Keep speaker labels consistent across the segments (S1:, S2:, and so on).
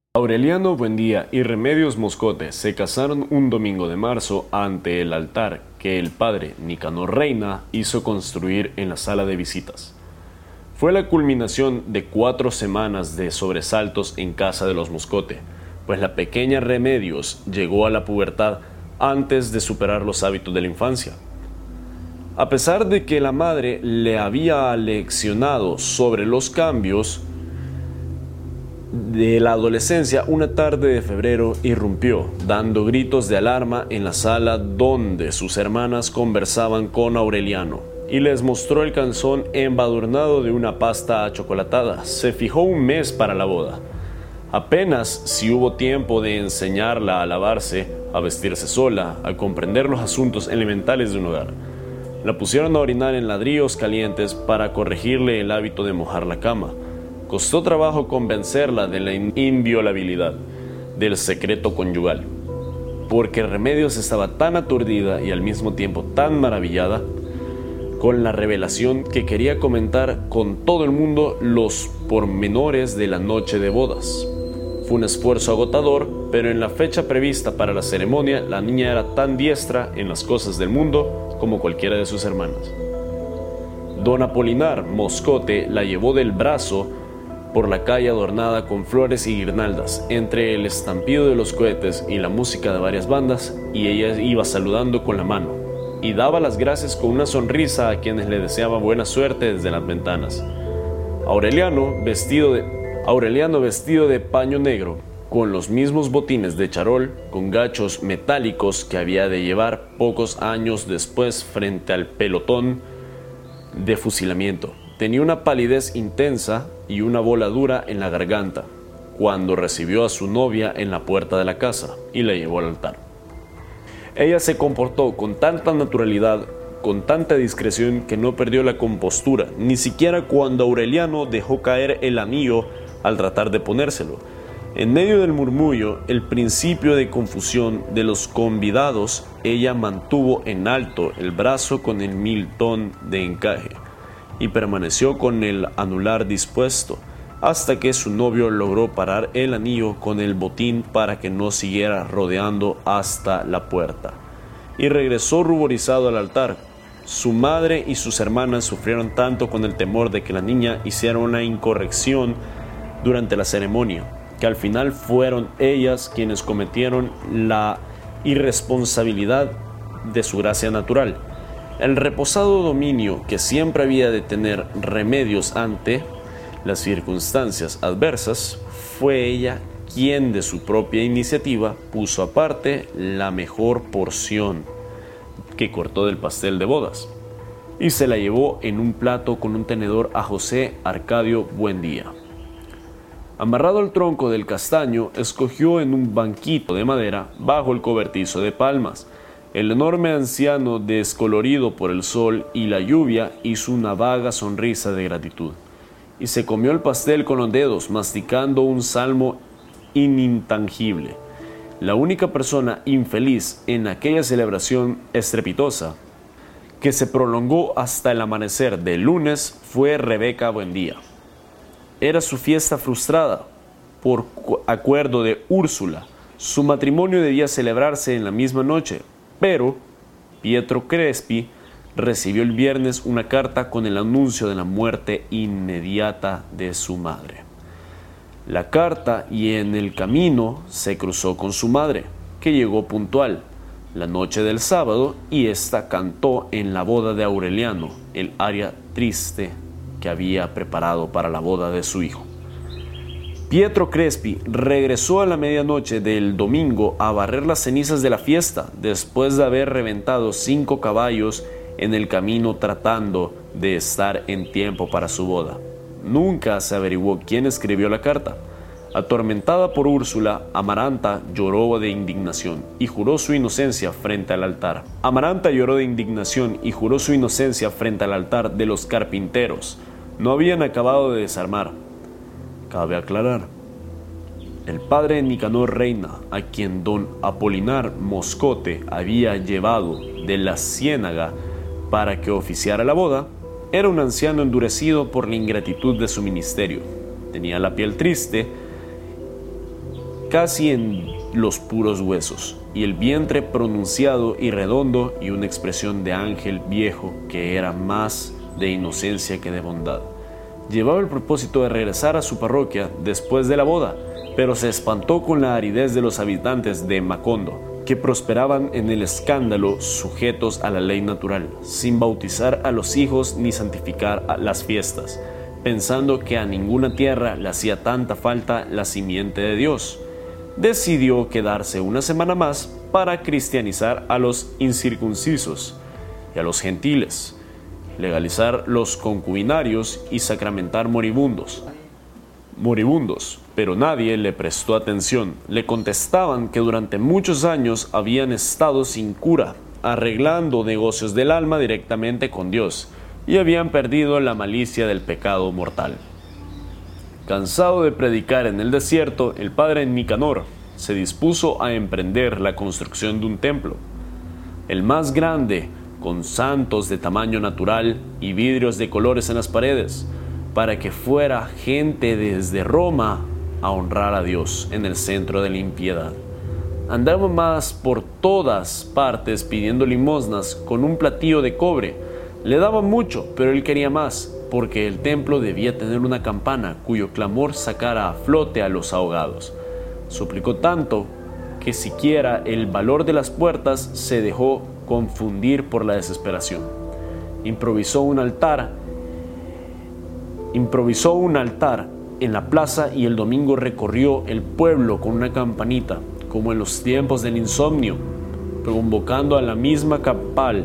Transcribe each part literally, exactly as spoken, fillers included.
S1: Aureliano Buendía y Remedios Moscote se casaron un domingo de marzo ante el altar que el padre Nicanor Reina hizo construir en la sala de visitas. Fue la culminación de cuatro semanas de sobresaltos en casa de los Moscote, pues la pequeña Remedios llegó a la pubertad antes de superar los hábitos de la infancia. A pesar de que la madre le había leccionado sobre los cambios de la adolescencia, una tarde de febrero irrumpió, dando gritos de alarma en la sala donde sus hermanas conversaban con Aureliano, y les mostró el calzón embadurnado de una pasta achocolatada. Se fijó un mes para la boda. Apenas si hubo tiempo de enseñarla a lavarse, a vestirse sola, a comprender los asuntos elementales de un hogar. La pusieron a orinar en ladrillos calientes para corregirle el hábito de mojar la cama. Costó trabajo convencerla de la inviolabilidad del secreto conyugal, porque Remedios estaba tan aturdida y al mismo tiempo tan maravillada con la revelación que quería comentar con todo el mundo los pormenores de la noche de bodas. Fue un esfuerzo agotador, pero en la fecha prevista para la ceremonia, la niña era tan diestra en las cosas del mundo como cualquiera de sus hermanas. Don Apolinar Moscote la llevó del brazo por la calle adornada con flores y guirnaldas, entre el estampido de los cohetes y la música de varias bandas, y ella iba saludando con la mano, y daba las gracias con una sonrisa a quienes le deseaban buena suerte desde las ventanas. Aureliano, vestido de, Aureliano vestido de paño negro, con los mismos botines de charol, con gachos metálicos que había de llevar pocos años después frente al pelotón de fusilamiento. Tenía una palidez intensa y una bola dura en la garganta cuando recibió a su novia en la puerta de la casa y la llevó al altar. Ella se comportó con tanta naturalidad, con tanta discreción, que no perdió la compostura, ni siquiera cuando Aureliano dejó caer el anillo al tratar de ponérselo. En medio del murmullo, el principio de confusión de los convidados, ella mantuvo en alto el brazo con el miltón de encaje y permaneció con el anular dispuesto hasta que su novio logró parar el anillo con el botín para que no siguiera rodeando hasta la puerta, y regresó ruborizado al altar. Su madre y sus hermanas sufrieron tanto con el temor de que la niña hiciera una incorrección durante la ceremonia, que al final fueron ellas quienes cometieron la irresponsabilidad de su gracia natural. El reposado dominio que siempre había de tener Remedios ante las circunstancias adversas, fue ella quien de su propia iniciativa puso aparte la mejor porción que cortó del pastel de bodas y se la llevó en un plato con un tenedor a José Arcadio Buendía. Amarrado al tronco del castaño, escogió en un banquito de madera bajo el cobertizo de palmas. El enorme anciano, descolorido por el sol y la lluvia, hizo una vaga sonrisa de gratitud y se comió el pastel con los dedos, masticando un salmo inintangible. La única persona infeliz en aquella celebración estrepitosa, que se prolongó hasta el amanecer del lunes, fue Rebeca Buendía. Era su fiesta frustrada por acuerdo de Úrsula. Su matrimonio debía celebrarse en la misma noche, pero Pietro Crespi recibió el viernes una carta con el anuncio de la muerte inmediata de su madre. La carta, y en el camino se cruzó con su madre, que llegó puntual la noche del sábado, y ésta cantó en la boda de Aureliano el aria triste que había preparado para la boda de su hijo. Pietro Crespi regresó a la medianoche del domingo a barrer las cenizas de la fiesta, después de haber reventado cinco caballos en el camino tratando de estar en tiempo para su boda. Nunca se averiguó quién escribió la carta. Atormentada por Úrsula, Amaranta lloró de indignación y juró su inocencia frente al altar. Amaranta lloró de indignación y juró su inocencia frente al altar de los carpinteros. No habían acabado de desarmar. Cabe aclarar, el padre Nicanor Reina, a quien don Apolinar Moscote había llevado de la ciénaga para que oficiara la boda, era un anciano endurecido por la ingratitud de su ministerio. Tenía la piel triste casi en los puros huesos, y el vientre pronunciado y redondo, y una expresión de ángel viejo que era más de inocencia que de bondad. Llevaba el propósito de regresar a su parroquia después de la boda, pero se espantó con la aridez de los habitantes de Macondo, que prosperaban en el escándalo sujetos a la ley natural, sin bautizar a los hijos ni santificar las fiestas, pensando que a ninguna tierra le hacía tanta falta la simiente de Dios. Decidió quedarse una semana más para cristianizar a los incircuncisos y a los gentiles, legalizar los concubinarios y sacramentar moribundos. Moribundos, pero nadie le prestó atención. Le contestaban que durante muchos años habían estado sin cura, arreglando negocios del alma directamente con Dios, y habían perdido la malicia del pecado mortal. Cansado de predicar en el desierto, el padre Nicanor se dispuso a emprender la construcción de un templo, el más grande, con santos de tamaño natural y vidrios de colores en las paredes, para que fuera gente desde Roma a honrar a Dios en el centro de la impiedad. Andaba más por todas partes pidiendo limosnas con un platillo de cobre. Le daban mucho, pero él quería más, porque el templo debía tener una campana cuyo clamor sacara a flote a los ahogados. Suplicó tanto que siquiera el valor de las puertas se dejó confundir por la desesperación. Improvisó un altar, improvisó un altar en la plaza y el domingo recorrió el pueblo con una campanita, como en los tiempos del insomnio, convocando a la misma campal.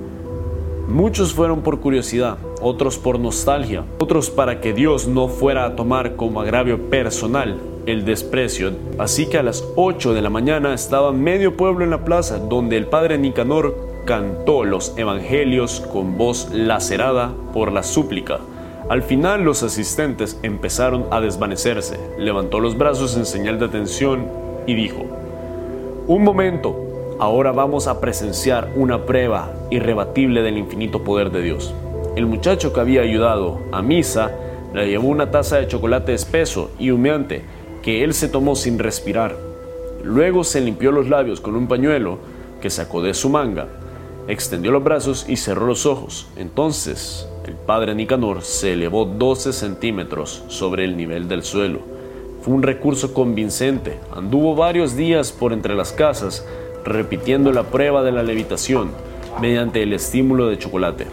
S1: Muchos fueron por curiosidad, otros por nostalgia, otros para que Dios no fuera a tomar como agravio personal el desprecio. Así que a las ocho de la mañana estaba medio pueblo en la plaza, donde el padre Nicanor cantó los evangelios con voz lacerada por la súplica. Al final los asistentes empezaron a desvanecerse. Levantó los brazos en señal de atención y dijo: «Un momento. Ahora vamos a presenciar una prueba irrebatible del infinito poder de Dios». El muchacho que había ayudado a misa le llevó una taza de chocolate espeso y humeante que él se tomó sin respirar. Luego se limpió los labios con un pañuelo que sacó de su manga, extendió los brazos y cerró los ojos. Entonces el padre Nicanor se elevó doce centímetros sobre el nivel del suelo. Fue un recurso convincente. Anduvo varios días por entre las casas, repitiendo la prueba de la levitación mediante el estímulo de chocolate.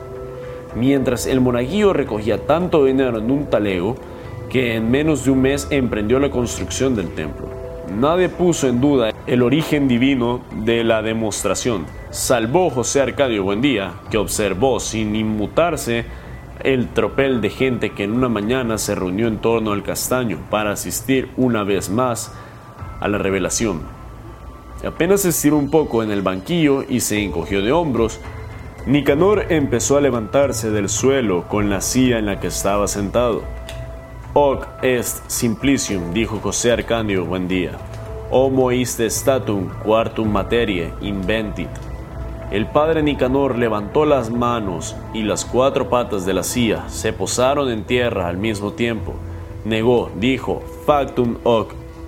S1: Mientras el monaguillo recogía tanto dinero en un talego que en menos de un mes emprendió la construcción del templo. Nadie puso en duda el origen divino de la demostración, salvo José Arcadio Buendía, que observó sin inmutarse el tropel de gente que en una mañana se reunió en torno al castaño para asistir una vez más a la revelación. Apenas se estiró un poco en el banquillo y se encogió de hombros, Nicanor empezó a levantarse del suelo con la silla en la que estaba sentado. «Hoc est simplicium», dijo José Arcadio Buendía. «Homo iste statum quartum materie inventit». El padre Nicanor levantó las manos y las cuatro patas de la silla se posaron en tierra al mismo tiempo. Negó, dijo: «Factum hoc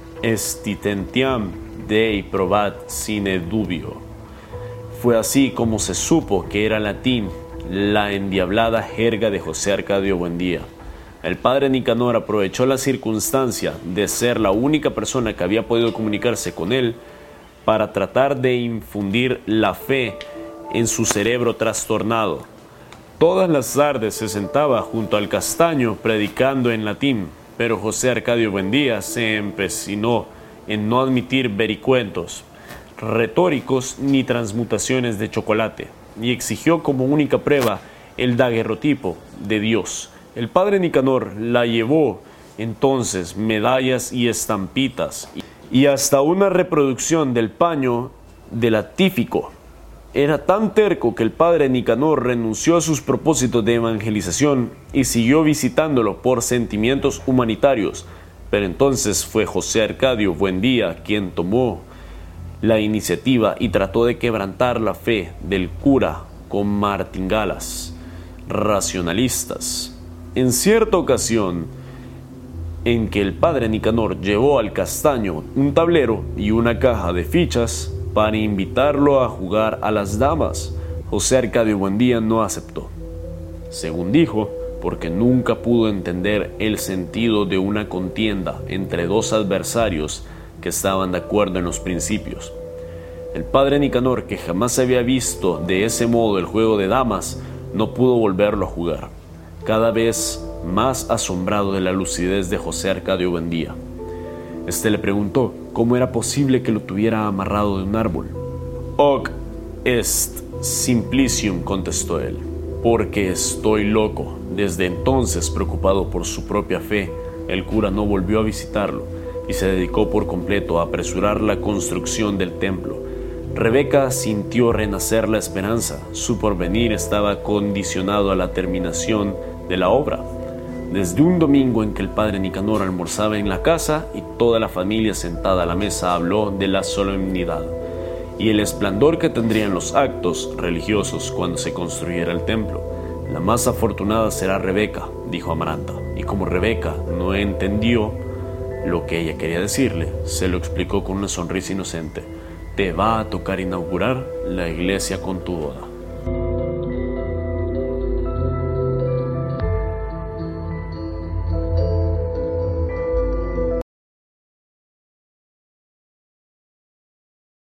S1: estitentiam Dei probat sine dubio». Fue así como se supo que era latín la endiablada jerga de José Arcadio Buendía. El padre Nicanor aprovechó la circunstancia de ser la única persona que había podido comunicarse con él para tratar de infundir la fe en su cerebro trastornado. Todas las tardes se sentaba junto al castaño predicando en latín, pero José Arcadio Buendía se empecinó en no admitir vericuentos retóricos ni transmutaciones de chocolate, y exigió como única prueba el daguerrotipo de Dios. El padre Nicanor la llevó entonces medallas y estampitas, y hasta una reproducción del paño del Atífico. Era tan terco que el padre Nicanor renunció a sus propósitos de evangelización y siguió visitándolo por sentimientos humanitarios. Pero entonces fue José Arcadio Buendía quien tomó la iniciativa y trató de quebrantar la fe del cura con martingalas racionalistas. En cierta ocasión, en que el padre Nicanor llevó al Castaño un tablero y una caja de fichas para invitarlo a jugar a las damas. José Arcadio Buendía no aceptó. Según dijo, porque nunca pudo entender el sentido de una contienda entre dos adversarios que estaban de acuerdo en los principios. El padre Nicanor, que jamás había visto de ese modo el juego de damas, no pudo volverlo a jugar, cada vez más asombrado de la lucidez de José Arcadio Buendía. Este le preguntó cómo era posible que lo tuviera amarrado de un árbol. «Hoc est simplicium», contestó él, «porque estoy loco». Desde entonces, preocupado por su propia fe, el cura no volvió a visitarlo y se dedicó por completo a apresurar la construcción del templo. Rebeca sintió renacer la esperanza. Su porvenir estaba condicionado a la terminación de la obra. Desde un domingo en que el padre Nicanor almorzaba en la casa y toda la familia sentada a la mesa habló de la solemnidad y el esplendor que tendrían los actos religiosos cuando se construyera el templo. «La más afortunada será Rebeca», dijo Amaranta, y como Rebeca no entendió lo que ella quería decirle, se lo explicó con una sonrisa inocente: «Te va a tocar inaugurar la iglesia con tu boda».